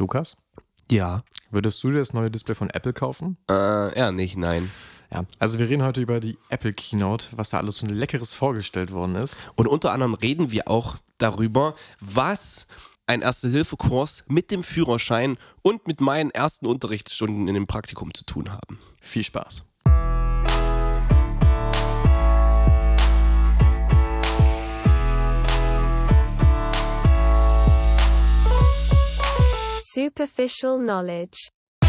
Lukas, Ja. würdest du dir das neue Display von Apple kaufen? Eher nicht, nein. Ja, also wir reden heute über die Apple Keynote, was da alles so ein Leckeres vorgestellt worden ist. Und unter anderem reden wir auch darüber, was ein Erste-Hilfe-Kurs mit dem Führerschein und mit meinen ersten Unterrichtsstunden in dem Praktikum zu tun haben. Viel Spaß. Superficial knowledge.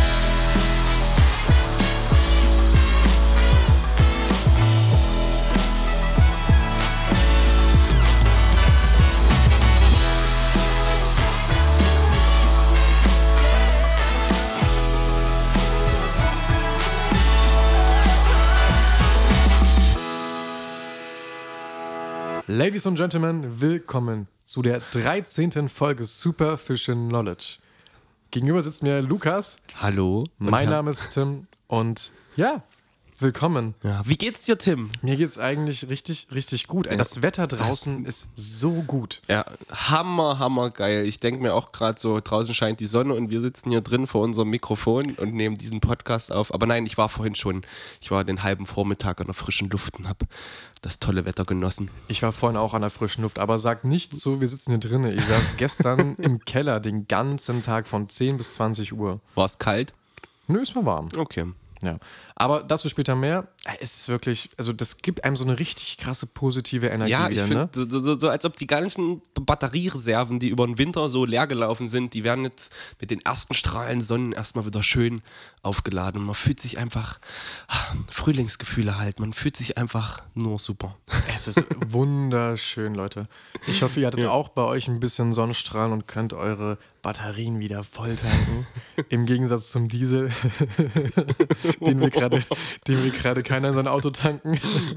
Ladies and Gentlemen, willkommen zu der 13. Folge Superficial Knowledge. Gegenüber sitzt mir Lukas. Hallo. Mein Name ist Tim und ja, willkommen. Ja, wie geht's dir, Tim? Mir geht's eigentlich richtig, richtig gut. Ey, das Wetter draußen ist so gut. Ja, hammer geil. Ich denke mir auch gerade so, draußen scheint die Sonne und wir sitzen hier drin vor unserem Mikrofon und nehmen diesen Podcast auf. Aber nein, ich war den halben Vormittag an der frischen Luft und habe das tolle Wetter genossen. Ich war vorhin auch an der frischen Luft, aber sag nicht so, wir sitzen hier drinnen. Ich saß gestern im Keller den ganzen Tag von 10 bis 20 Uhr. War es kalt? Nö, ist mal warm. Okay. Ja, aber dazu später mehr. Es ist wirklich, also das gibt einem so eine richtig krasse positive Energie Ja, ich wieder, ne? finde, so als ob die ganzen Batteriereserven, die über den Winter so leer gelaufen sind, die werden jetzt mit den ersten Strahlen Sonnen erstmal wieder schön aufgeladen und man fühlt sich einfach, Frühlingsgefühle halt, man fühlt sich einfach nur super. Es ist wunderschön, Leute. Ich hoffe, ihr hattet auch bei euch ein bisschen Sonnenstrahlen und könnt eure Batterien wieder voll tanken. Im Gegensatz zum Diesel, den wir gerade keiner in sein Auto tanken.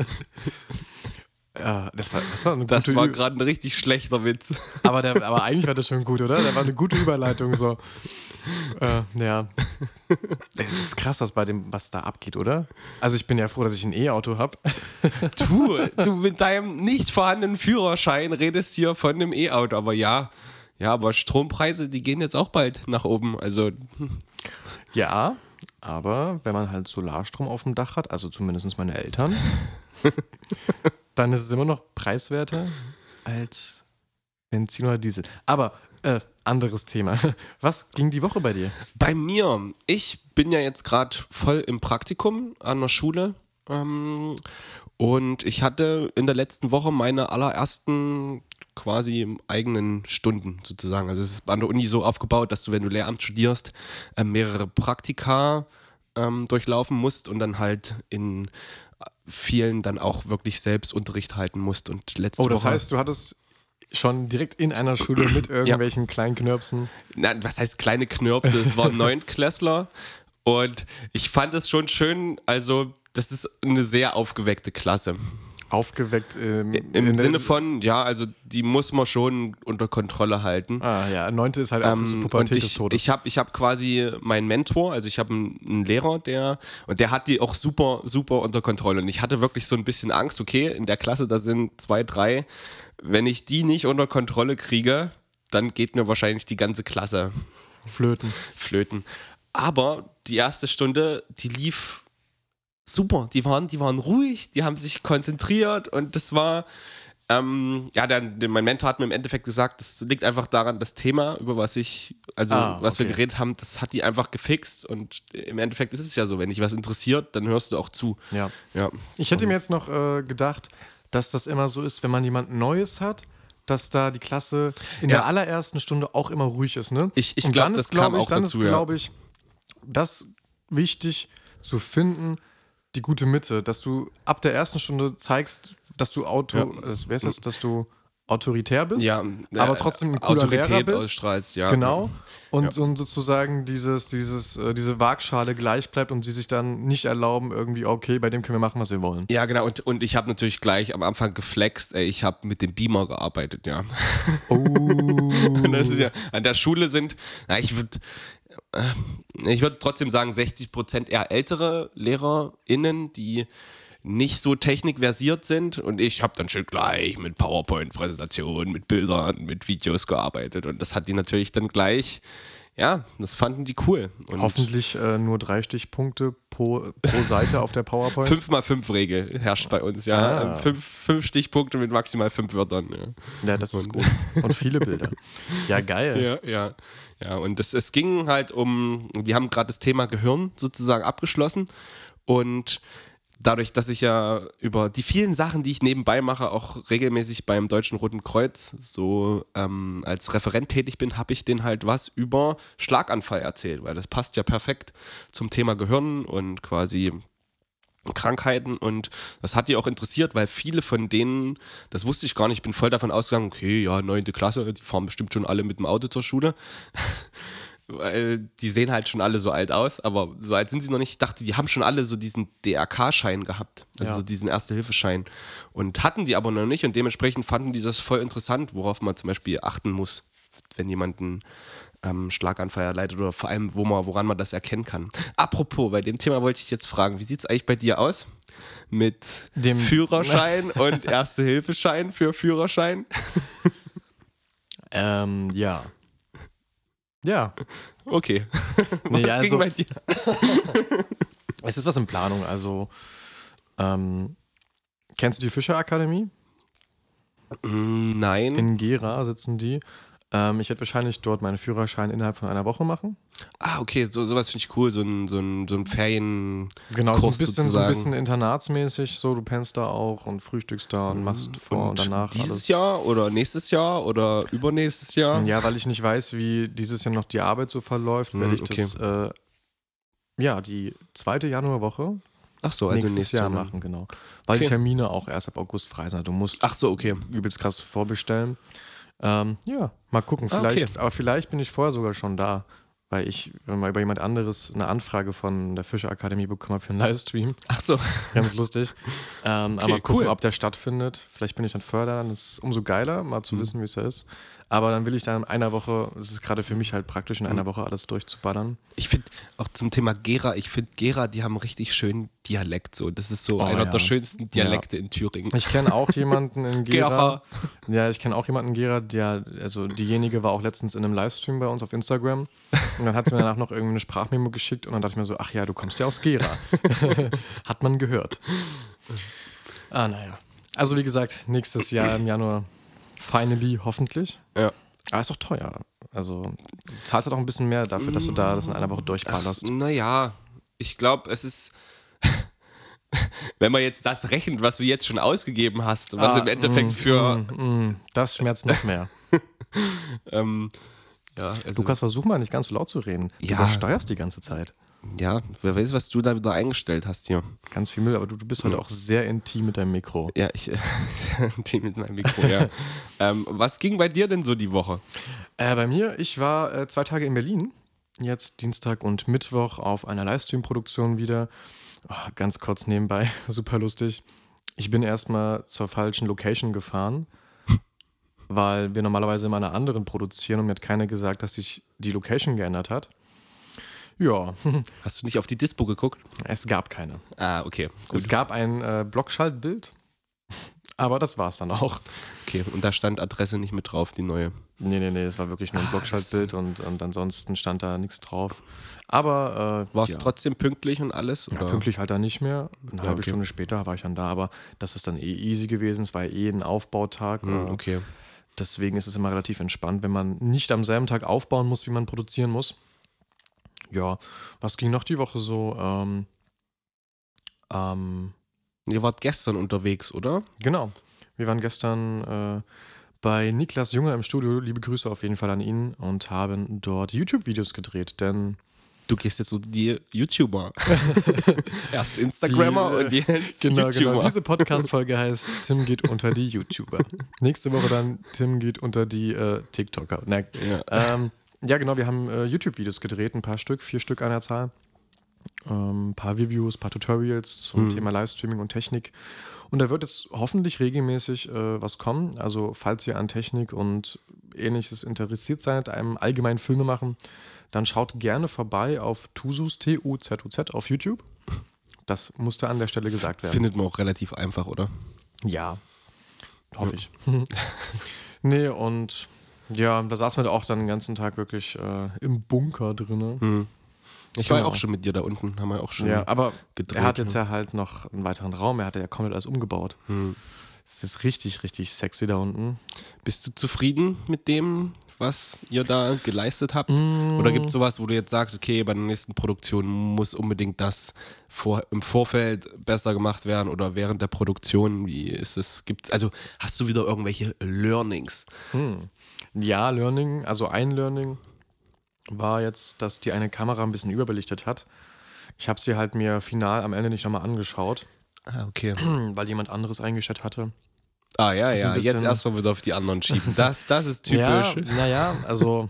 Ja, das war gerade ein richtig schlechter Witz. Aber eigentlich war das schon gut, oder? Da war eine gute Überleitung so. Ja. Es ist krass, was da abgeht, oder? Also ich bin ja froh, dass ich ein E-Auto habe. Du mit deinem nicht vorhandenen Führerschein redest hier von einem E-Auto, aber ja, aber Strompreise, die gehen jetzt auch bald nach oben, also. Ja, aber wenn man halt Solarstrom auf dem Dach hat, also zumindest meine Eltern, dann ist es immer noch preiswerter als Benzin oder Diesel. Aber anderes Thema. Was ging die Woche bei dir? Bei mir, ich bin ja jetzt gerade voll im Praktikum an der Schule und ich hatte in der letzten Woche meine allerersten quasi eigenen Stunden sozusagen. Also es ist an der Uni so aufgebaut, dass du, wenn du Lehramt studierst, mehrere Praktika durchlaufen musst und dann halt in vielen dann auch wirklich selbst Unterricht halten musst. Und letzte Woche. Das heißt, du hattest schon direkt in einer Schule mit irgendwelchen kleinen Knirpsen. Nein, was heißt kleine Knirpse? Es waren 9-Klässler und ich fand es schon schön, also das ist eine sehr aufgeweckte Klasse. Aufgeweckt im Sinne von, ja, also die muss man schon unter Kontrolle halten. Ah ja, 9. ist halt auch so Pubertät des Todes. Ich hab quasi meinen Mentor, also ich habe einen Lehrer, der hat die auch super unter Kontrolle. Und ich hatte wirklich so ein bisschen Angst, okay, in der Klasse, da sind 2, 3, wenn ich die nicht unter Kontrolle kriege, dann geht mir wahrscheinlich die ganze Klasse flöten. Aber die erste Stunde, die lief super, die waren ruhig, die haben sich konzentriert und das war, mein Mentor hat mir im Endeffekt gesagt, das liegt einfach daran, das Thema, über was wir geredet haben, das hat die einfach gefixt und im Endeffekt ist es ja so, wenn dich was interessiert, dann hörst du auch zu. Ja. Ich hätte mir jetzt noch gedacht, dass das immer so ist, wenn man jemand Neues hat, dass da die Klasse in der allerersten Stunde auch immer ruhig ist, ne? Ich glaube, das kam auch dazu, Dann ist, glaube ich, das wichtig zu finden, die gute Mitte, dass du ab der ersten Stunde zeigst, dass du dass du autoritär bist, aber trotzdem ein cooler Autorität Lehrer bist. Ausstrahlst, ja. Genau. Und sozusagen diese Waagschale gleich bleibt und sie sich dann nicht erlauben, irgendwie, okay, bei dem können wir machen, was wir wollen. Ja, genau. Und ich habe natürlich gleich am Anfang geflext, ich habe mit dem Beamer gearbeitet, ja. Oh. Und das ist ja, an der Schule ich würde trotzdem sagen, 60% eher ältere LehrerInnen, die nicht so technikversiert sind und ich habe dann schon gleich mit PowerPoint-Präsentationen, mit Bildern, mit Videos gearbeitet und das hat die natürlich dann gleich ja, das fanden die cool. Und Hoffentlich nur 3 Stichpunkte pro Seite auf der PowerPoint. 5x5-Regel herrscht bei uns, ja. Ah. 5 Stichpunkte mit maximal 5 Wörtern. Ja, Ja, das ist gut. Und viele Bilder. Ja, geil. ja. Und es ging halt die haben gerade das Thema Gehirn sozusagen abgeschlossen und dadurch, dass ich ja über die vielen Sachen, die ich nebenbei mache, auch regelmäßig beim Deutschen Roten Kreuz so als Referent tätig bin, habe ich denen halt was über Schlaganfall erzählt, weil das passt ja perfekt zum Thema Gehirn und quasi Krankheiten und das hat die auch interessiert, weil viele von denen, das wusste ich gar nicht, ich bin voll davon ausgegangen, okay, ja, 9. Klasse, die fahren bestimmt schon alle mit dem Auto zur Schule. Weil die sehen halt schon alle so alt aus, aber so alt sind sie noch nicht. Ich dachte, die haben schon alle so diesen DRK-Schein gehabt, also Ja. so diesen Erste-Hilfe-Schein und hatten die aber noch nicht und dementsprechend fanden die das voll interessant, worauf man zum Beispiel achten muss, wenn jemand einen Schlaganfall erleidet oder vor allem, woran man das erkennen kann. Apropos, bei dem Thema wollte ich jetzt fragen, wie sieht es eigentlich bei dir aus mit Dem Führerschein und Erste-Hilfe-Schein für Führerschein? Ja. Ja. Okay. Nee, Was also- ging bei dir? Es ist was in Planung. Also, kennst du die Fischerakademie? Nein. In Gera sitzen die. Ich werde wahrscheinlich dort meinen Führerschein innerhalb von einer Woche machen. Okay, sowas finde ich cool, so ein Ferien. Genau, so ein Kurs bisschen sozusagen. internatsmäßig. So, du pennst da auch und frühstückst da und machst vor und danach dieses alles. Jahr oder nächstes Jahr oder übernächstes Jahr? Ja, weil ich nicht weiß, wie dieses Jahr noch die Arbeit so verläuft, werde ich Okay. das, die 2. Januarwoche Ach so, also nächstes Jahr Jahr machen, genau. Weil Okay. die Termine auch erst ab August frei sind. Du musst Ach so, okay. übelst krass vorbestellen. Ja, mal gucken. Ah, Vielleicht, okay. aber vielleicht bin ich vorher sogar schon da, weil ich mal über jemand anderes eine Anfrage von der Fischerakademie bekommen habe für einen Livestream. Ach so. Ganz lustig. Aber mal gucken, cool. ob der stattfindet. Vielleicht bin ich dann vorher da, dann ist es umso geiler, mal zu wissen, wie es da ist. Aber dann will ich dann in einer Woche, es ist gerade für mich halt praktisch, in einer Woche alles durchzuballern. Ich finde auch zum Thema Gera, Gera, die haben einen richtig schönen Dialekt. So. Das ist so einer ja. der schönsten Dialekte in Thüringen. Ich kenne auch jemanden in Gera. Gera. Ja, ich kenne auch jemanden in Gera, also diejenige war auch letztens in einem Livestream bei uns auf Instagram. Und dann hat sie mir danach noch irgendwie eine Sprachmemo geschickt und dann dachte ich mir so, ach ja, du kommst ja aus Gera. Hat man gehört. Naja. Also wie gesagt, nächstes Jahr im Januar finally, hoffentlich. Ja. Aber ist doch teuer. Also du zahlst halt auch ein bisschen mehr dafür, dass du da das in einer Woche durchballerst. Naja, ich glaube, es ist, wenn man jetzt das rechnet, was du jetzt schon ausgegeben hast, was im Endeffekt das schmerzt noch mehr. ja, also, Lukas, versuch mal nicht ganz so laut zu reden. Du Ja. übersteuerst die ganze Zeit. ja, wer weiß, was du da wieder eingestellt hast hier. Ganz viel Müll, aber du bist heute auch sehr intim mit deinem Mikro. Ja, die mit meinem Mikro, ja. Was ging bei dir denn so die Woche? Bei mir, ich war 2 Tage in Berlin, jetzt Dienstag und Mittwoch auf einer Livestream-Produktion wieder. Oh, ganz kurz nebenbei, super lustig. Ich bin erstmal zur falschen Location gefahren, weil wir normalerweise in einer anderen produzieren und mir hat keiner gesagt, dass sich die Location geändert hat. Ja, Hast du nicht auf die Dispo geguckt? es gab keine. Ah, okay. Es gab ein Blockschaltbild, aber das war es dann auch. Okay, und da stand Adresse nicht mit drauf, die neue. Nee, es war wirklich nur ein Blockschaltbild und ansonsten stand da nichts drauf. Aber War es ja. trotzdem pünktlich und alles? Ja, Oder? pünktlich halt dann nicht mehr. Eine halbe okay. Stunde später war ich dann da, aber das ist dann easy gewesen. Es war ein Aufbautag. Okay. Deswegen ist es immer relativ entspannt, wenn man nicht am selben Tag aufbauen muss, wie man produzieren muss. Ja, was ging noch die Woche so? Ihr wart gestern unterwegs, oder? Genau. Wir waren gestern bei Niklas Junge im Studio. Liebe Grüße auf jeden Fall an ihn und haben dort YouTube-Videos gedreht, denn Du gehst jetzt so die YouTuber. Erst Instagrammer und jetzt Genau. YouTuber. Diese Podcast-Folge heißt Tim geht unter die YouTuber. Nächste Woche dann Tim geht unter die TikToker. Ja, genau, wir haben YouTube-Videos gedreht, ein paar Stück, 4 Stück an der Zahl. Ein paar Reviews, ein paar Tutorials zum Thema Livestreaming und Technik. Und da wird jetzt hoffentlich regelmäßig was kommen. Also falls ihr an Technik und Ähnliches interessiert seid, einem allgemeinen Filme machen, dann schaut gerne vorbei auf Tuzus, T-U-Z-U-Z auf YouTube. Das musste an der Stelle gesagt werden. Findet man auch relativ einfach, oder? Ja, hoffe ich. Nee, und Ja, da saßen wir auch dann den ganzen Tag wirklich im Bunker drin. Ich war ja Genau. auch schon mit dir da unten, haben wir auch schon Ja, aber gedreht. er hat jetzt ja halt noch einen weiteren Raum. Er hat ja komplett alles umgebaut. Es ist richtig, richtig sexy da unten. Bist du zufrieden mit dem, was ihr da geleistet habt? Oder gibt es sowas, wo du jetzt sagst, okay, bei der nächsten Produktion muss unbedingt das im Vorfeld besser gemacht werden oder während der Produktion? Wie ist es? Also hast du wieder irgendwelche Learnings? Ja, Learning, also ein Learning war jetzt, dass die eine Kamera ein bisschen überbelichtet hat. Ich habe sie halt mir final am Ende nicht nochmal angeschaut, Ah, okay. weil jemand anderes eingestellt hatte. Ah, ja, Ist ein ja. Jetzt bisschen- erstmal wieder auf die anderen schieben. Das ist Ja, typisch. naja, also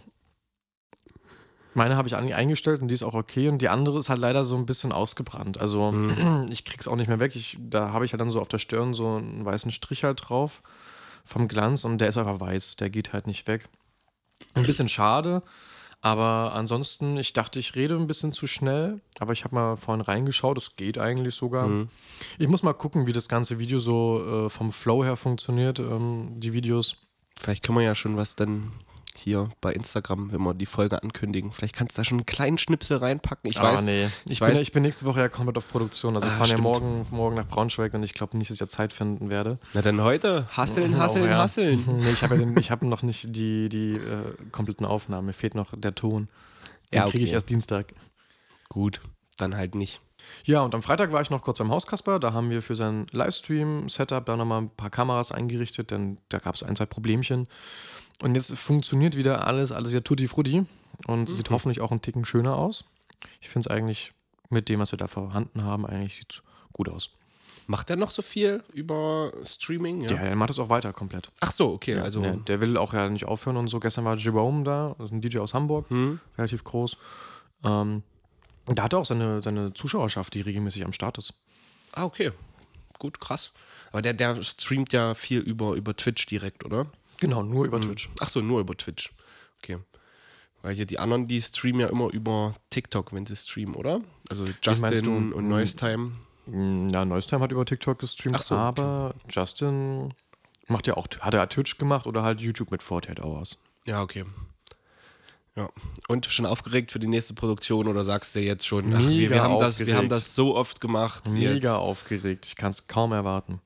meine habe ich eingestellt und die ist auch okay und die andere ist halt leider so ein bisschen ausgebrannt. Also ich krieg's auch nicht mehr weg. Da habe ich halt dann so auf der Stirn so einen weißen Strich halt drauf vom Glanz und der ist einfach weiß, der geht halt nicht weg. Ein bisschen schade, aber ansonsten, ich dachte, ich rede ein bisschen zu schnell, aber ich habe mal vorhin reingeschaut, es geht eigentlich sogar. Ich muss mal gucken, wie das ganze Video so vom Flow her funktioniert, die Videos. Vielleicht können wir ja schon was dann hier bei Instagram, wenn wir die Folge ankündigen. Vielleicht kannst du da schon einen kleinen Schnipsel reinpacken. Ich weiß. Nee. ich Ich bin nächste Woche ja komplett auf Produktion. Also wir fahren ja morgen nach Braunschweig und ich glaube nicht, dass ich ja Zeit finden werde. Na dann heute. Hasseln. Nee, ich habe noch nicht die kompletten Aufnahmen. Mir fehlt noch der Ton. Den Ja, kriege ich okay. erst Dienstag. Gut, dann halt nicht. Ja, und am Freitag war ich noch kurz beim Hauskasper. Da haben wir für sein Livestream-Setup da nochmal ein paar Kameras eingerichtet, denn da gab es 1, 2 Problemchen. Und jetzt funktioniert wieder alles wieder tutti frutti und sieht hoffentlich auch einen Ticken schöner aus. Ich finde es eigentlich mit dem, was wir da vorhanden haben, eigentlich sieht's gut aus. Macht er noch so viel über Streaming? Ja, er macht es auch weiter komplett. Ach so, okay. Also Der will auch ja nicht aufhören und so. Gestern war Jerome da, also ein DJ aus Hamburg, relativ groß. Und da hat er auch seine Zuschauerschaft, die regelmäßig am Start ist. okay. Gut, krass. Aber der streamt ja viel über Twitch direkt, oder? Genau, nur über Twitch. Ach so, nur über Twitch. Okay. Weil hier die anderen, die streamen ja immer über TikTok, wenn sie streamen, oder? Also meinst Justin du? und Noise-Time. Ja, Neustime hat über TikTok gestreamt, Ach so, aber Justin hat er Twitch gemacht oder halt YouTube mit 48 Hours. Ja, okay. Ja. Und schon aufgeregt für die nächste Produktion oder sagst du jetzt schon, ach, wir Mega haben aufgeregt. das so oft gemacht. Mega jetzt. aufgeregt. Ich kann es kaum erwarten.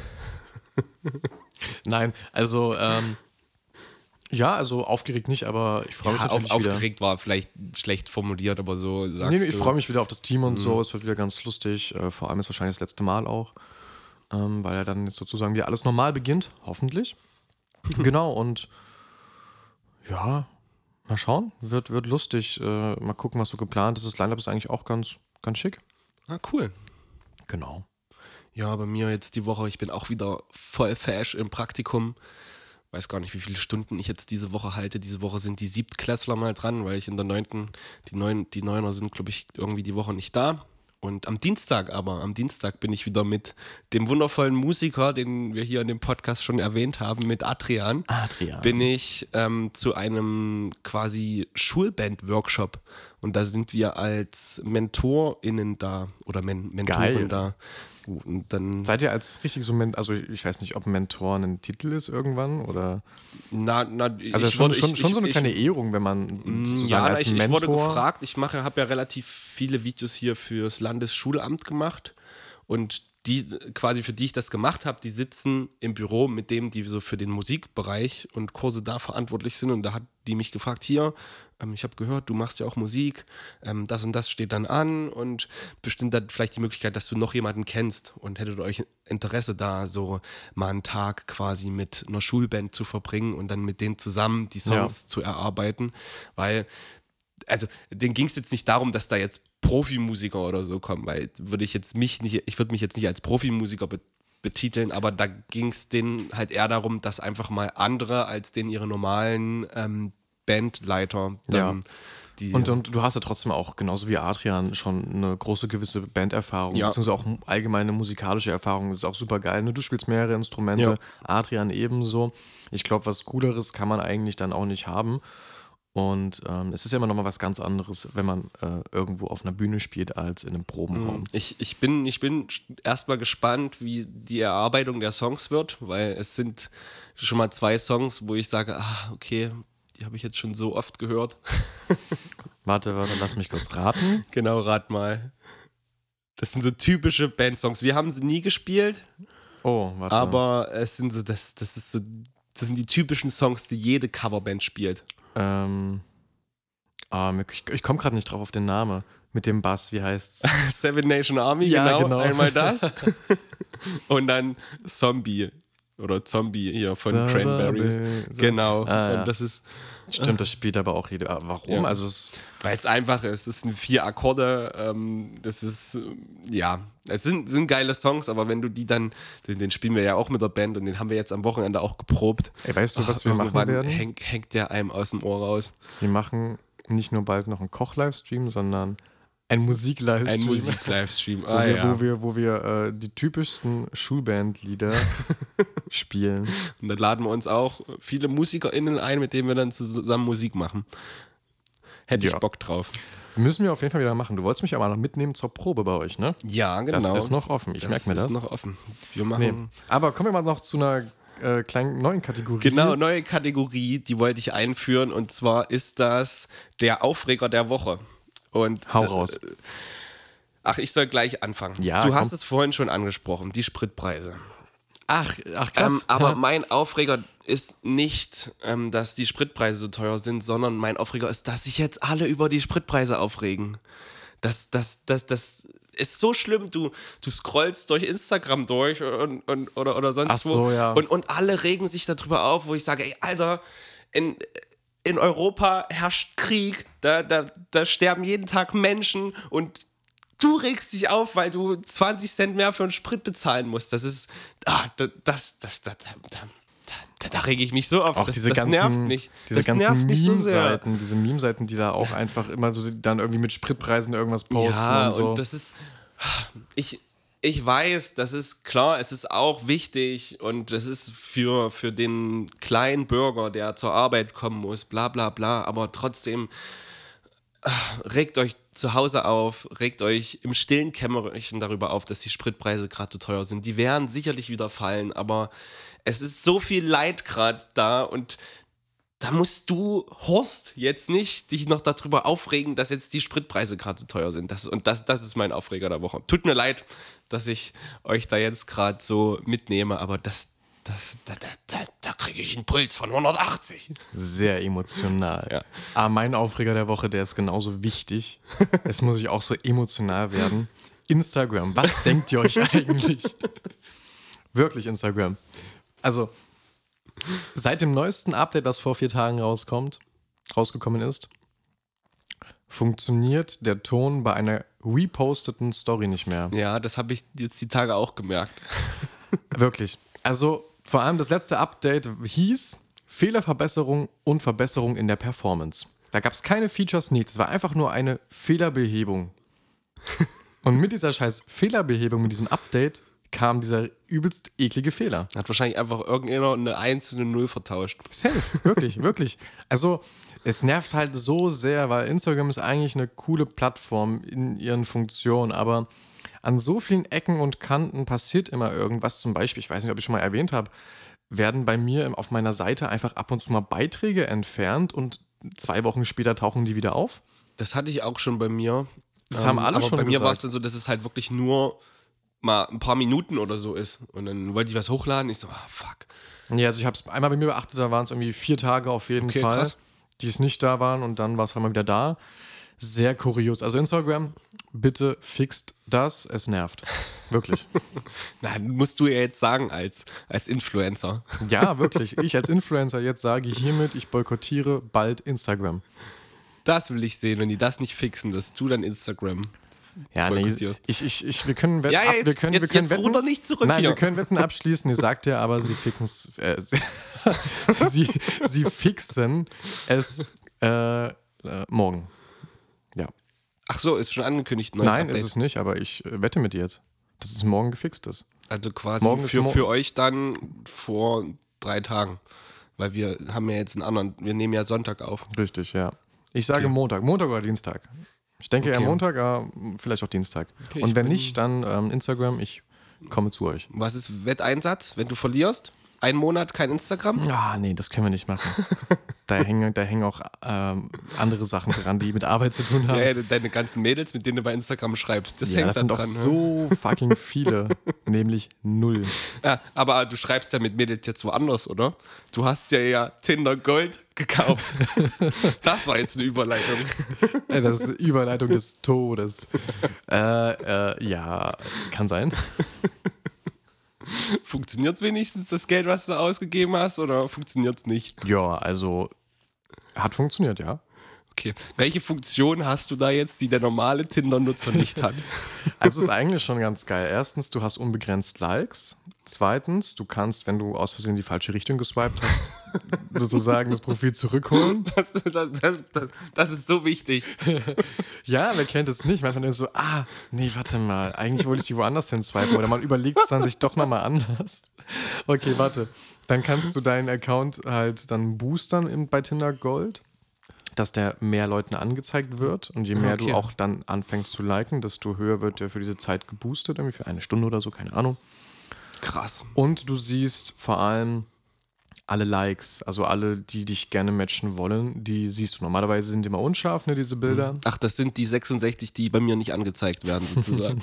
Nein, also ja, also aufgeregt nicht, aber ich freue mich Ja, natürlich wieder. aufgeregt war vielleicht schlecht formuliert, aber so sagst Nee, ich du. freue mich wieder auf das Team und so. Es wird wieder ganz lustig. Vor allem ist wahrscheinlich das letzte Mal auch, weil er dann jetzt sozusagen wieder alles normal beginnt, hoffentlich. Genau, und ja, mal schauen. Wird lustig. Mal gucken, was so geplant ist. Das Line-Up ist eigentlich auch ganz schick. Ah, cool. Genau. Ja, bei mir jetzt die Woche, ich bin auch wieder voll fesch im Praktikum. Weiß gar nicht, wie viele Stunden ich jetzt diese Woche halte. Diese Woche sind die Siebtklässler mal dran, weil ich in der 9., die Neuner sind, glaube ich, irgendwie die Woche nicht da. Und am Dienstag bin ich wieder mit dem wundervollen Musiker, den wir hier in dem Podcast schon erwähnt haben, mit Adrian. Bin ich zu einem quasi Schulband-Workshop. Und da sind wir als MentorInnen da oder Mentoren Geil. da. Und dann Seid ihr als richtig so, also ich weiß nicht, ob Mentor ein Titel ist irgendwann oder. Also schon so eine kleine Ehrung, wenn man sozusagen ja, als ich Mentor. wurde gefragt, habe ja relativ viele Videos hier fürs Landesschulamt gemacht und die quasi, für die ich das gemacht habe, die sitzen im Büro mit dem, die so für den Musikbereich und Kurse da verantwortlich sind und da hat die mich gefragt, hier, ich habe gehört, du machst ja auch Musik, das und das steht dann an und bestimmt dann vielleicht die Möglichkeit, dass du noch jemanden kennst und hättet euch Interesse da, so mal einen Tag quasi mit einer Schulband zu verbringen und dann mit denen zusammen die Songs zu erarbeiten, weil also denen ging es jetzt nicht darum, dass da jetzt Profimusiker oder so kommen, weil ich würde mich jetzt nicht als Profimusiker betiteln, aber da ging es denen halt eher darum, dass einfach mal andere als den ihre normalen Bandleiter dann Und du hast ja trotzdem auch, genauso wie Adrian, schon eine große gewisse Banderfahrung, beziehungsweise auch allgemeine musikalische Erfahrung. Das ist auch super geil. Ne? Du spielst mehrere Instrumente, Adrian ebenso. Ich glaube, was Cooleres kann man eigentlich dann auch nicht haben. Und es ist ja immer noch mal was ganz anderes, wenn man irgendwo auf einer Bühne spielt, als in einem Probenraum. Ich bin erstmal gespannt, wie die Erarbeitung der Songs wird, weil es sind schon mal 2 Songs, wo ich sage, okay, die habe ich jetzt schon so oft gehört. Warte, lass mich kurz raten. Genau, rat mal. Das sind so typische Bandsongs. Wir haben sie nie gespielt, Oh, warte. aber es sind so, das sind die typischen Songs, die jede Coverband spielt. Ich komme gerade nicht drauf auf den Namen. Mit dem Bass, wie heißt's? Seven Nation Army, Ja, genau. einmal das. Und dann Zombie hier von Cranberries. Genau. Ja. Und das ist, Stimmt, das spielt aber auch jede. Warum? Ja. Also weil es einfach ist. Das sind 4 Akkorde. Das ist, es sind geile Songs, aber wenn du die dann, den spielen wir ja auch mit der Band und den haben wir jetzt am Wochenende auch geprobt. ey, weißt du, was wir machen Irgendwann werden? hängt der einem aus dem Ohr raus. Wir machen nicht nur bald noch einen Koch-Livestream, sondern einen Musik-Livestream. Ein Musik-Livestream. Wo wir die typischsten Schulbandlieder spielen. Und da laden wir uns auch viele MusikerInnen ein, mit denen wir dann zusammen Musik machen. Hätte ich Ja. Bock drauf. Müssen wir auf jeden Fall wieder machen. Du wolltest mich aber noch mitnehmen zur Probe bei euch, ne? Ja, genau. Das ist noch offen. Ich merke mir das. ist noch offen. Wir machen... Nee. Aber kommen wir mal noch zu einer kleinen neuen Kategorie. Genau, neue Kategorie, die wollte ich einführen. Und zwar ist das der Aufreger der Woche. Und Hau raus. Ich soll gleich anfangen. Ja, du komm. hast es vorhin schon angesprochen, die Spritpreise. Ach krass. Aber Ja. mein Aufreger ist nicht, dass die Spritpreise so teuer sind, sondern mein Aufreger ist, dass sich jetzt alle über die Spritpreise aufregen. Das ist so schlimm. Du scrollst durch Instagram durch oder sonst Ach so, wo ja. und alle regen sich darüber auf, wo ich sage, ey, Alter, in Europa herrscht Krieg, da sterben jeden Tag Menschen und du regst dich auf, weil du 20 Cent mehr für einen Sprit bezahlen musst. Das ist, da rege ich mich so auf. Auch das diese ganzen, nervt mich. diese Das ganzen nervt mich so sehr. Meme-Seiten, diese Meme-Seiten, die da auch einfach immer so dann irgendwie mit Spritpreisen irgendwas posten Ja, und so. und das ist, ich weiß, das ist klar, es ist auch wichtig und das ist für den kleinen Bürger, der zur Arbeit kommen muss, bla bla bla, aber trotzdem regt euch zu Hause auf, regt euch im stillen Kämmerchen darüber auf, dass die Spritpreise gerade zu teuer sind. Die werden sicherlich wieder fallen, aber es ist so viel Leid gerade da und da musst du, Horst, jetzt nicht dich noch darüber aufregen, dass jetzt die Spritpreise gerade zu teuer sind. Das ist mein Aufreger der Woche. Tut mir leid, dass ich euch da jetzt gerade so mitnehme, aber da kriege ich einen Puls von 180. Sehr emotional. Ja. Aber mein Aufreger der Woche, der ist genauso wichtig. Es muss ich auch so emotional werden. Instagram, was denkt ihr euch eigentlich? Wirklich Instagram. Also, seit dem neuesten Update, das vor 4 Tagen rausgekommen ist, funktioniert der Ton bei einer reposteten Story nicht mehr. Ja, das habe ich jetzt die Tage auch gemerkt. Wirklich. Also, vor allem das letzte Update hieß Fehlerverbesserung und Verbesserung in der Performance. Da gab es keine Features, nichts. Es war einfach nur eine Fehlerbehebung. Und mit dieser scheiß Fehlerbehebung, mit diesem Update, kam dieser übelst eklige Fehler. Hat wahrscheinlich einfach irgendjemand eine 1 und eine 0 vertauscht. Safe, wirklich, wirklich. Also, es nervt halt so sehr, weil Instagram ist eigentlich eine coole Plattform in ihren Funktionen, aber an so vielen Ecken und Kanten passiert immer irgendwas. Zum Beispiel, ich weiß nicht, ob ich schon mal erwähnt habe, werden bei mir auf meiner Seite einfach ab und zu mal Beiträge entfernt und 2 Wochen später tauchen die wieder auf. Das hatte ich auch schon bei mir. Das haben alle aber schon bei mir war es gesagt. dann so, dass es halt wirklich nur mal ein paar Minuten oder so ist. Und dann wollte ich was hochladen. Ich so, fuck. Ja, also ich habe es einmal bei mir beachtet, da waren es irgendwie 4 Tage auf jeden Okay, Fall, krass. die es nicht da waren und dann war es einmal wieder da. Sehr kurios. Also Instagram, bitte fixt das, es nervt. Wirklich. Na, musst du ja jetzt sagen als Influencer. Ja, wirklich. Ich als Influencer jetzt sage hiermit, ich boykottiere bald Instagram. Das will ich sehen, wenn die das nicht fixen, dass du dann Instagram Ja, nee, boykottierst. wir können Wetten, Ja, jetzt, wir können jetzt Wetten, ruder nicht zurück nein, hier. wir können Wetten abschließen. Ihr sagt ja, aber sie fixen sie fixen es morgen. Ja. Ach so, ist schon angekündigt, neues Nein, Update. ist es nicht, aber ich wette mit dir jetzt, dass es morgen gefixt ist. Also quasi Morgen ist für euch dann vor 3 Tagen. Weil wir haben ja jetzt einen anderen, wir nehmen ja Sonntag auf. Richtig, ja. Ich sage Okay. Montag oder Dienstag. Ich denke eher Okay. Montag, aber vielleicht auch Dienstag. Okay, Und ich wenn bin- nicht, dann Instagram, ich komme zu euch. Was ist Wetteinsatz, wenn du verlierst? Einen Monat kein Instagram? Ah, nee, das können wir nicht machen. Da hängen auch andere Sachen dran, die mit Arbeit zu tun haben. Ja, deine ganzen Mädels, mit denen du bei Instagram schreibst, das Ja, hängt das da sind doch dran. Ne? so fucking viele. Nämlich 0. Ja, aber du schreibst ja mit Mädels jetzt woanders, oder? Du hast ja Tinder Gold gekauft. Das war jetzt eine Überleitung. Das ist Überleitung des Todes. Ja, kann sein. Funktioniert wenigstens das Geld, was du ausgegeben hast, oder funktioniert es nicht? Ja, also hat funktioniert, ja. Okay. Welche Funktion hast du da jetzt, die der normale Tinder-Nutzer nicht hat? Also ist eigentlich schon ganz geil. Erstens, du hast unbegrenzt Likes. Zweitens, du kannst, wenn du aus Versehen in die falsche Richtung geswiped hast, sozusagen das Profil zurückholen. Das ist so wichtig. Ja, wer kennt es nicht? Manchmal denkst du so, nee, warte mal, eigentlich wollte ich die woanders hin swipen. Oder man überlegt es dann sich doch nochmal anders. Okay, warte. Dann kannst du deinen Account halt dann boostern bei Tinder Gold, dass der mehr Leuten angezeigt wird. Und je mehr Okay. du auch dann anfängst zu liken, desto höher wird der für diese Zeit geboostet, irgendwie für 1 Stunde oder so, keine Ahnung. Krass. Und du siehst vor allem alle Likes, also alle, die dich gerne matchen wollen, die siehst du. Normalerweise sind die immer unscharf, ne, diese Bilder. Ach, das sind die 66, die bei mir nicht angezeigt werden, sozusagen.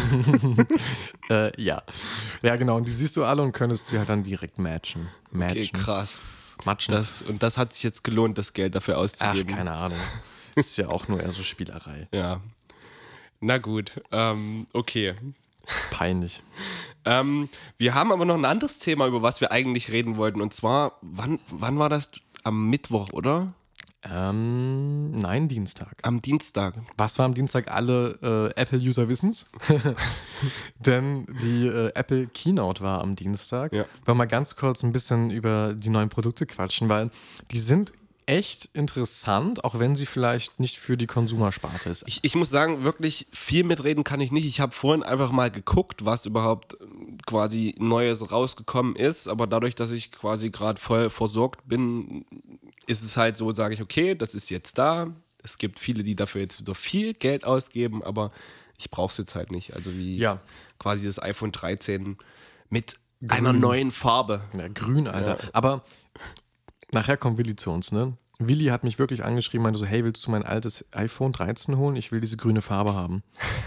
Ja. Ja, genau. Und die siehst du alle und könntest sie halt dann direkt matchen. Okay, krass. Matchen. Und das hat sich jetzt gelohnt, das Geld dafür Ach, auszugeben. keine Ahnung. Ist ja auch nur eher so Spielerei. Ja. Na gut, okay. Peinlich. Wir haben aber noch ein anderes Thema, über was wir eigentlich reden wollten. Und zwar, wann war das? Am Mittwoch, oder? Nein, Dienstag. Am Dienstag. Was war am Dienstag? Alle Apple-User wissen's. Denn die Apple Keynote war am Dienstag. Ja. Wollen wir mal ganz kurz ein bisschen über die neuen Produkte quatschen, weil die sind echt interessant, auch wenn sie vielleicht nicht für die Konsumersparte ist. Ich muss sagen, wirklich viel mitreden kann ich nicht. Ich habe vorhin einfach mal geguckt, was überhaupt quasi Neues rausgekommen ist. Aber dadurch, dass ich quasi gerade voll versorgt bin, ist es halt so, sage ich, okay, das ist jetzt da. Es gibt viele, die dafür jetzt wieder viel Geld ausgeben, aber ich brauche es jetzt halt nicht. Also wie Ja. quasi das iPhone 13 mit einer neuen Farbe. Ja, grün, Alter. Aber nachher kommt Willi zu uns, ne? Willi hat mich wirklich angeschrieben, meinte so, hey, willst du mein altes iPhone 13 holen? Ich will diese grüne Farbe haben.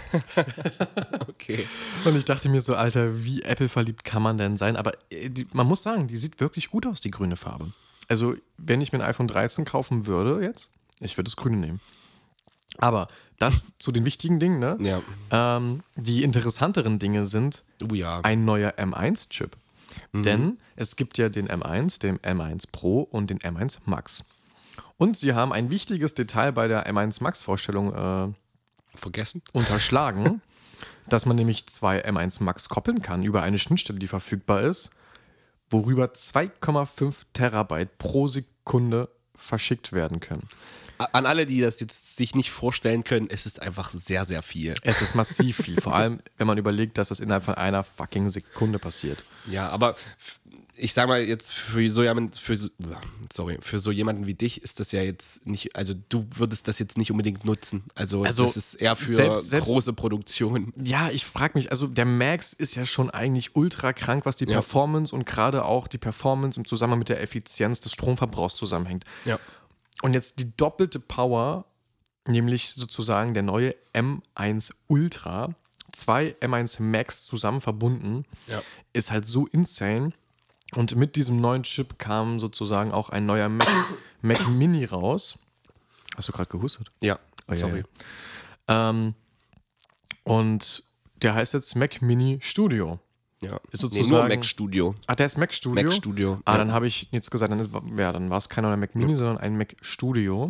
Okay. Und ich dachte mir so, Alter, wie Apple-verliebt kann man denn sein? Aber man muss sagen, die sieht wirklich gut aus, die grüne Farbe. Also, wenn ich mir ein iPhone 13 kaufen würde jetzt, ich würde das grüne nehmen. Aber das zu den wichtigen Dingen, ne? Ja. Die interessanteren Dinge sind Ja. ein neuer M1-Chip. Denn es gibt ja den M1, den M1 Pro und den M1 Max. Und sie haben ein wichtiges Detail bei der M1 Max-Vorstellung Vergessen? unterschlagen, dass man nämlich 2 M1 Max koppeln kann über eine Schnittstelle, die verfügbar ist, worüber 2,5 Terabyte pro Sekunde verschickt werden können. An alle, die das jetzt sich nicht vorstellen können, es ist einfach sehr, sehr viel. Es ist massiv viel, vor allem wenn man überlegt, dass das innerhalb von einer fucking Sekunde passiert. Ja, aber ich sag mal jetzt für so jemanden wie dich ist das ja jetzt nicht, also du würdest das jetzt nicht unbedingt nutzen. Also das ist eher für selbst- große Produktionen. Ja, ich frage mich, also der Max ist ja schon eigentlich ultra krank, was die Ja. Performance und gerade auch die Performance im Zusammenhang mit der Effizienz des Stromverbrauchs zusammenhängt. Ja. Und jetzt die doppelte Power, nämlich sozusagen der neue M1 Ultra, 2 M1 Max zusammen verbunden, Ja. ist halt so insane. Und mit diesem neuen Chip kam sozusagen auch ein neuer Mac Mini raus. Hast du gerade gehustet? Ja, Oh, ja, sorry. Und der heißt jetzt Mac Mini Studio. Ja. Ist Nee, sozusagen- nur Mac Studio. Ach, der ist Mac Studio? Mac Studio. Ah, ja. dann habe ich jetzt gesagt, dann war es kein neuer Mac Mini, sondern ein Mac Studio.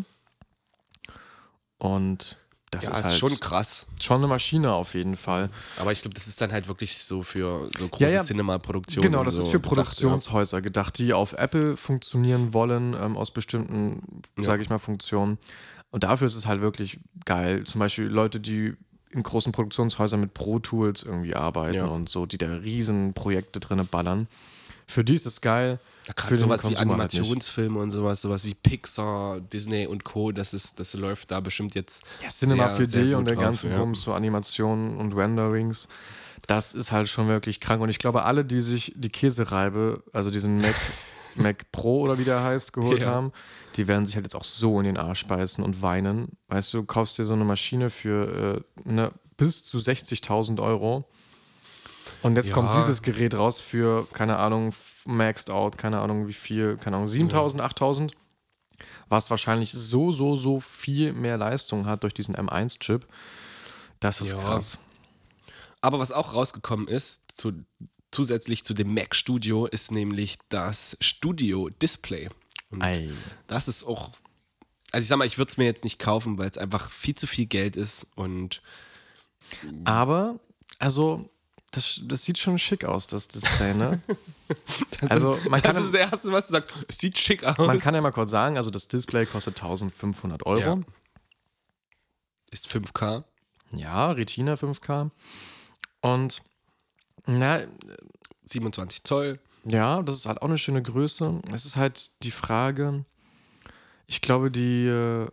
Und das Ja, ist ist halt schon krass. schon eine Maschine auf jeden Fall. Aber ich glaube, das ist dann halt wirklich so für so große Ja, ja. Cinema-Produktionen. Genau, und das so ist für gedacht, Produktionshäuser gedacht, die auf Apple funktionieren wollen, aus bestimmten, Ja. sage ich mal, Funktionen. Und dafür ist es halt wirklich geil. Zum Beispiel Leute, die in großen Produktionshäusern mit Pro Tools irgendwie arbeiten Ja. und so, die da riesen Projekte drin ballern. Für die ist es geil. Ja, Für gerade den sowas wie Consumer halt nicht. Animationsfilme und sowas wie Pixar, Disney und Co., das läuft da bestimmt jetzt Ja, Cinema sehr, 4D sehr gut und der drauf, ganze ja. Bums, so Animationen und Renderings, das ist halt schon wirklich krank. Und ich glaube, alle, die sich die Käsereibe, also diesen Mac Pro oder wie der heißt, geholt Ja. haben, die werden sich halt jetzt auch so in den Arsch beißen und weinen. Weißt du, kaufst dir so eine Maschine für bis zu 60.000 Euro. Und jetzt Ja. kommt dieses Gerät raus für, keine Ahnung, maxed out, keine Ahnung wie viel, keine Ahnung, 7.000, 8.000, was wahrscheinlich so viel mehr Leistung hat durch diesen M1-Chip. Das ist Ja. krass. Aber was auch rausgekommen ist, zusätzlich zu dem Mac Studio, ist nämlich das Studio Display. Und Ei. das ist auch, also ich sag mal, ich würde es mir jetzt nicht kaufen, weil es einfach viel zu viel Geld ist und Aber, also, das sieht schon schick aus, das Display, ne? das Also, ist, man kann- das ist das Erste, was du sagst. Es sieht schick aus. Man kann ja mal kurz sagen, also das Display kostet 1.500 Euro. Ja. Ist 5K. Ja, Retina 5K. Und, na, 27 Zoll. ja, das ist halt auch eine schöne Größe. Es ist halt die Frage, ich glaube, die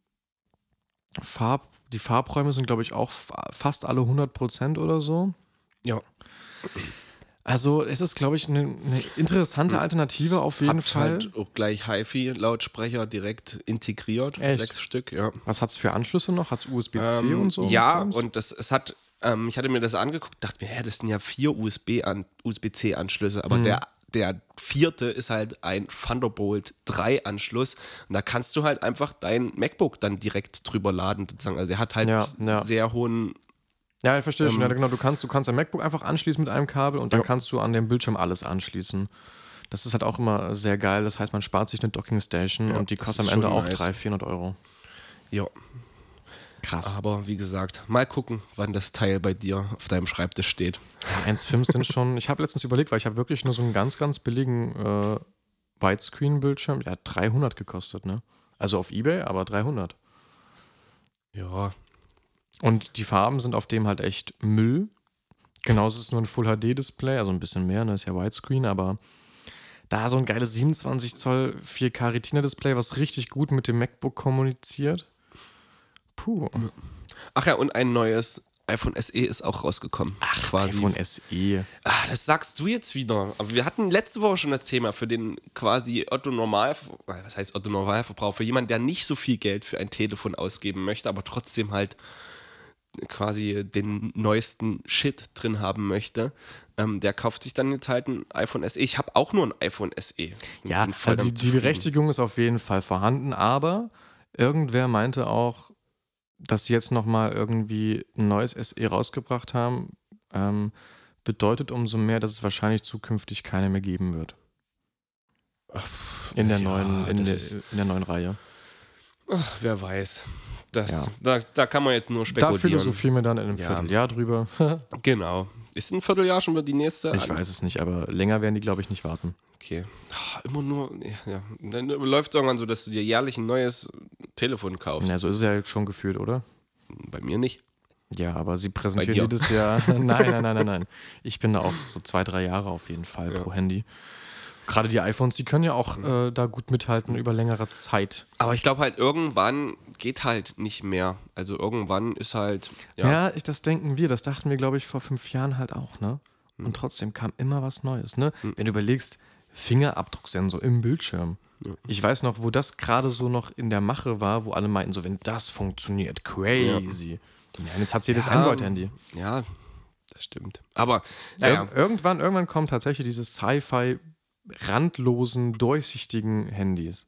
Farbräume sind, glaube ich, auch fast alle 100% oder so. Ja. Also es ist, glaube ich, eine interessante Alternative auf jeden Hat Fall. halt auch gleich HiFi-Lautsprecher direkt integriert. Echt? 6 Stück, ja. Was hat es für Anschlüsse noch? Hat es USB-C und so? Ja, Krams? und es hat, ich hatte mir das angeguckt, dachte mir, das sind ja 4 USB-C-Anschlüsse, aber der 4. ist halt ein Thunderbolt 3 Anschluss und da kannst du halt einfach dein MacBook dann direkt drüber laden, sozusagen. Also der hat halt Ja. sehr hohen, Ja, ich verstehe schon. Ja, genau, du kannst ein MacBook einfach anschließen mit einem Kabel und dann Ja. kannst du an dem Bildschirm alles anschließen. Das ist halt auch immer sehr geil. Das heißt, man spart sich eine Dockingstation Ja, und die das kostet am ist Ende schon auch nice. 300-400 Euro. ja. Krass. Aber wie gesagt, mal gucken, wann das Teil bei dir auf deinem Schreibtisch steht. Ja, 1,5 sind schon. Ich habe letztens überlegt, weil ich habe wirklich nur so einen ganz, ganz billigen Widescreen-Bildschirm. Der hat 300 gekostet, ne? Also auf Ebay, aber 300. Ja, Und die Farben sind auf dem halt echt Müll. Genauso ist es nur ein Full-HD-Display, also ein bisschen mehr, ne? Ist ja Widescreen, aber da so ein geiles 27 Zoll 4K Retina-Display, was richtig gut mit dem MacBook kommuniziert. Puh. ach ja, und ein neues iPhone SE ist auch rausgekommen. Ach, quasi. iPhone SE. Das sagst du jetzt wieder. Aber wir hatten letzte Woche schon das Thema für den quasi was heißt Otto Normalverbraucher? Für jemanden, der nicht so viel Geld für ein Telefon ausgeben möchte, aber trotzdem halt quasi den neuesten Shit drin haben möchte. Der kauft sich dann jetzt halt ein iPhone SE. Ich habe auch nur ein iPhone SE. Ja, Bin voll also die damit zufrieden. Berechtigung ist auf jeden Fall vorhanden, aber irgendwer meinte auch, dass sie jetzt nochmal irgendwie ein neues SE rausgebracht haben, bedeutet umso mehr, dass es wahrscheinlich zukünftig keine mehr geben wird. In der, das in der neuen Reihe. Ach, wer weiß. Ja. Da kann man jetzt nur Da spekulieren. philosophieren wir dann in einem Ja. Vierteljahr drüber. Genau. Ist ein Vierteljahr schon wieder die nächste? Ich weiß es nicht, aber länger werden die, glaube ich, nicht warten. Okay. Immer nur, ja. Dann läuft es irgendwann so, dass du dir jährlich ein neues Telefon kaufst. Ja, so ist es ja schon gefühlt, oder? Bei mir nicht. Ja, aber sie Bei präsentieren dir? jedes Jahr. Nein. Ich bin da auch so 2-3 Jahre auf jeden Fall Ja. pro Handy. Gerade die iPhones, die können ja auch da gut mithalten über längere Zeit. Aber ich glaube halt, irgendwann geht halt nicht mehr. Also irgendwann ist halt, ja. Das denken wir. Das dachten wir, glaube ich, vor 5 Jahren halt auch, ne? Und trotzdem kam immer was Neues, ne? Wenn du überlegst, Fingerabdrucksensor im Bildschirm. Ja. Ich weiß noch, wo das gerade so noch in der Mache war, wo alle meinten, so, wenn das funktioniert, crazy. Ja, jetzt hat jedes Ja, Android-Handy. Ja, das stimmt. Aber, Irgendwann kommen tatsächlich diese Sci-Fi randlosen, durchsichtigen Handys.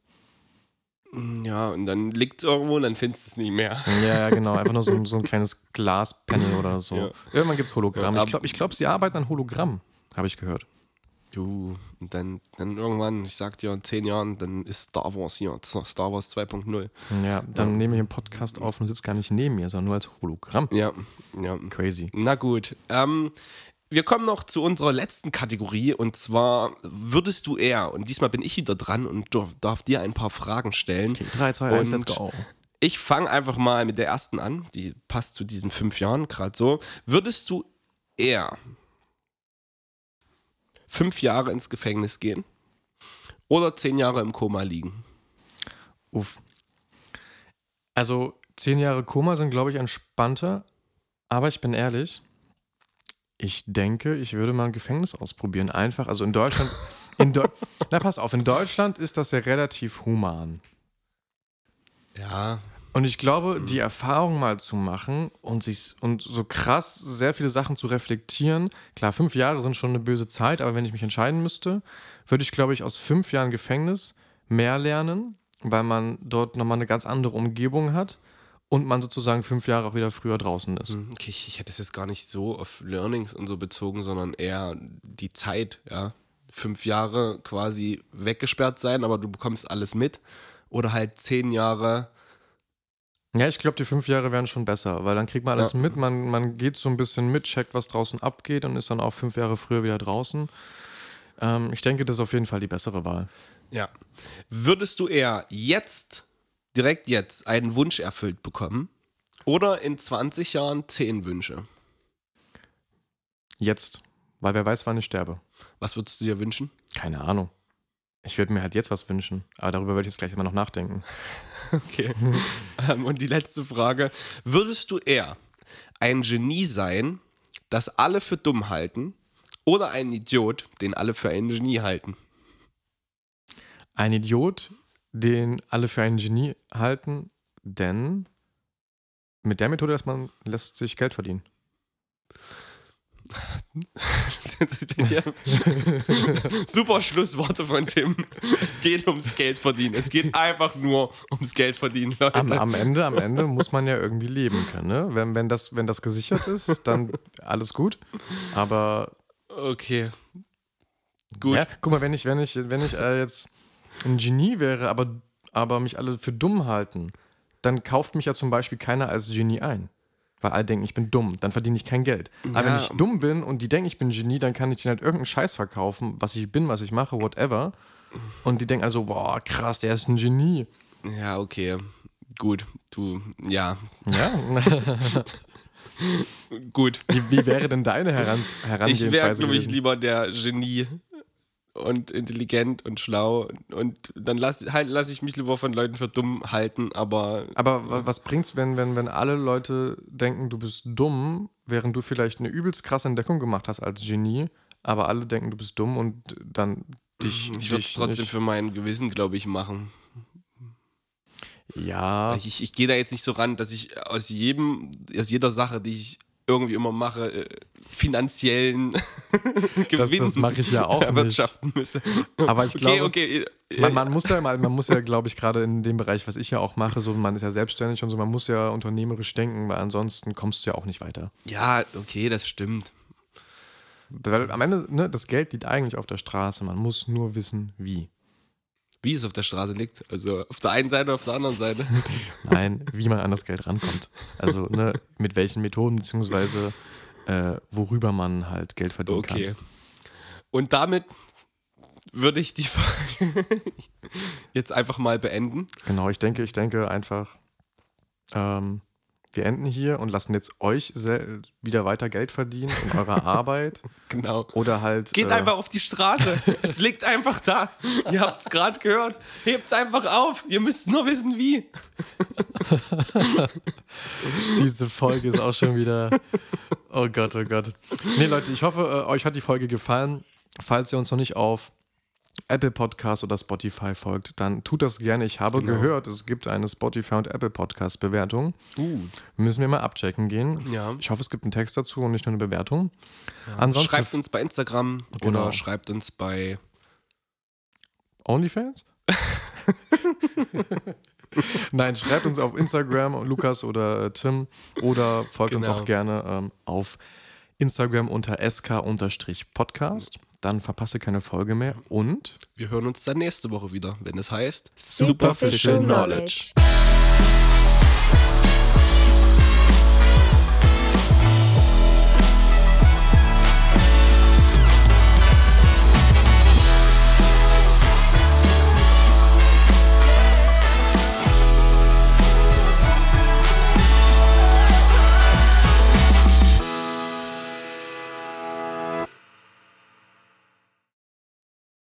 ja, und dann liegt es irgendwo und dann findest du es nicht mehr. Ja, genau. Einfach nur so ein kleines Glaspanel oder so. Ja. Irgendwann gibt es Hologramm. Ja, Ich glaube, sie arbeiten an Hologramm, habe ich gehört. Und dann irgendwann, ich sag dir, in 10 Jahren, dann ist Star Wars hier, Star Wars 2.0. Ja, dann nehme ich einen Podcast auf und sitze gar nicht neben mir, sondern nur als Hologramm. Ja. Crazy. Na gut. Wir kommen noch zu unserer letzten Kategorie und zwar würdest du eher, und diesmal bin ich wieder dran und darf dir ein paar Fragen stellen. Okay, 3, 2, 1, Und let's go. Ich fange einfach mal mit der ersten an, die passt zu diesen 5 Jahren gerade so. Würdest du eher 5 Jahre ins Gefängnis gehen oder 10 Jahre im Koma liegen? Uff. Also 10 Jahre Koma sind, glaube ich, entspannter. Aber ich bin ehrlich, ich denke, ich würde mal ein Gefängnis ausprobieren. Einfach, also in Deutschland, na pass auf, in Deutschland ist das ja relativ human. Ja. Und ich glaube, die Erfahrung mal zu machen und so krass sehr viele Sachen zu reflektieren, klar, 5 Jahre sind schon eine böse Zeit, aber wenn ich mich entscheiden müsste, würde ich, glaube ich, aus 5 Jahren Gefängnis mehr lernen, weil man dort nochmal eine ganz andere Umgebung hat und man sozusagen 5 Jahre auch wieder früher draußen ist. Okay, ich hätte es jetzt gar nicht so auf Learnings und so bezogen, sondern eher die Zeit, ja. 5 Jahre quasi weggesperrt sein, aber du bekommst alles mit. Oder halt 10 Jahre. Ja, ich glaube, die 5 Jahre wären schon besser, weil dann kriegt man alles mit, man geht so ein bisschen mit, checkt, was draußen abgeht und ist dann auch 5 Jahre früher wieder draußen. Ich denke, das ist auf jeden Fall die bessere Wahl. Ja. Würdest du eher direkt jetzt, einen Wunsch erfüllt bekommen oder in 20 Jahren 10 Wünsche? Jetzt, weil wer weiß, wann ich sterbe. Was würdest du dir wünschen? Keine Ahnung. Ich würde mir halt jetzt was wünschen, aber darüber werde ich jetzt gleich immer noch nachdenken. Okay. Und die letzte Frage. Würdest du eher ein Genie sein, das alle für dumm halten, oder ein Idiot, den alle für ein Genie halten? Ein Idiot, den alle für ein Genie halten, denn mit der Methode lässt sich Geld verdienen. Super Schlussworte von Tim. Es geht ums Geld verdienen. Es geht einfach nur ums Geld verdienen, Leute. Am Ende muss man ja irgendwie leben können. Ne? Wenn das gesichert ist, dann alles gut. Aber okay. Gut. Ja, guck mal, wenn ich jetzt ein Genie wäre, aber mich alle für dumm halten, dann kauft mich ja zum Beispiel keiner als Genie ein. Weil alle denken, ich bin dumm, dann verdiene ich kein Geld. Aber wenn ich dumm bin und die denken, ich bin ein Genie, dann kann ich denen halt irgendeinen Scheiß verkaufen, was ich bin, was ich mache, whatever. Und die denken also, boah, krass, der ist ein Genie. Ja, okay. Gut. Ja. Gut. Wie wäre denn deine Herangehensweise? Ich wäre, glaube ich, gewesen? lieber der Genie und intelligent und schlau und dann lass ich mich lieber von Leuten für dumm halten, aber was bringt's, wenn alle Leute denken, du bist dumm, während du vielleicht eine übelst krasse Entdeckung gemacht hast als Genie, aber alle denken, du bist dumm und dann dich. Ich würde es trotzdem für mein Gewissen, glaube ich, machen. Ja. Ich gehe da jetzt nicht so ran, dass ich aus jeder Sache, die ich irgendwie immer mache, finanziellen Gewinn das mache ich ja auch erwirtschaften müsse. Aber ich glaube, okay. Man muss ja, glaube ich, gerade in dem Bereich, was ich ja auch mache, so man ist ja selbstständig und so, man muss ja unternehmerisch denken, weil ansonsten kommst du ja auch nicht weiter. Ja, okay, das stimmt. Weil am Ende, ne, das Geld liegt eigentlich auf der Straße, man muss nur wissen, wie. Wie es auf der Straße liegt? Also auf der einen Seite oder auf der anderen Seite? Nein, wie man an das Geld rankommt. Also, ne, mit welchen Methoden, beziehungsweise worüber man halt Geld verdienen kann. Okay. Und damit würde ich die Frage jetzt einfach mal beenden. Genau, ich denke einfach, wir enden hier und lassen jetzt euch wieder weiter Geld verdienen in eurer Arbeit. Genau. Oder halt. Geht einfach auf die Straße. Es liegt einfach da. Ihr habt es gerade gehört. Hebt es einfach auf. Ihr müsst nur wissen, wie. Diese Folge ist auch schon wieder. Oh Gott, oh Gott. Nee, Leute, ich hoffe, euch hat die Folge gefallen. Falls ihr uns noch nicht auf Apple Podcast oder Spotify folgt, dann tut das gerne. Ich habe gehört, es gibt eine Spotify und Apple Podcast Bewertung. Müssen wir mal abchecken gehen. Ja. Ich hoffe, es gibt einen Text dazu und nicht nur eine Bewertung. Ja. Ansonsten Schreibt uns bei Instagram Genau. oder schreibt uns bei OnlyFans? Nein, schreibt uns auf Instagram, Lukas oder Tim, oder folgt uns auch gerne auf Instagram unter sk_podcast. Dann verpasse keine Folge mehr und wir hören uns dann nächste Woche wieder, wenn es heißt Superficial Knowledge.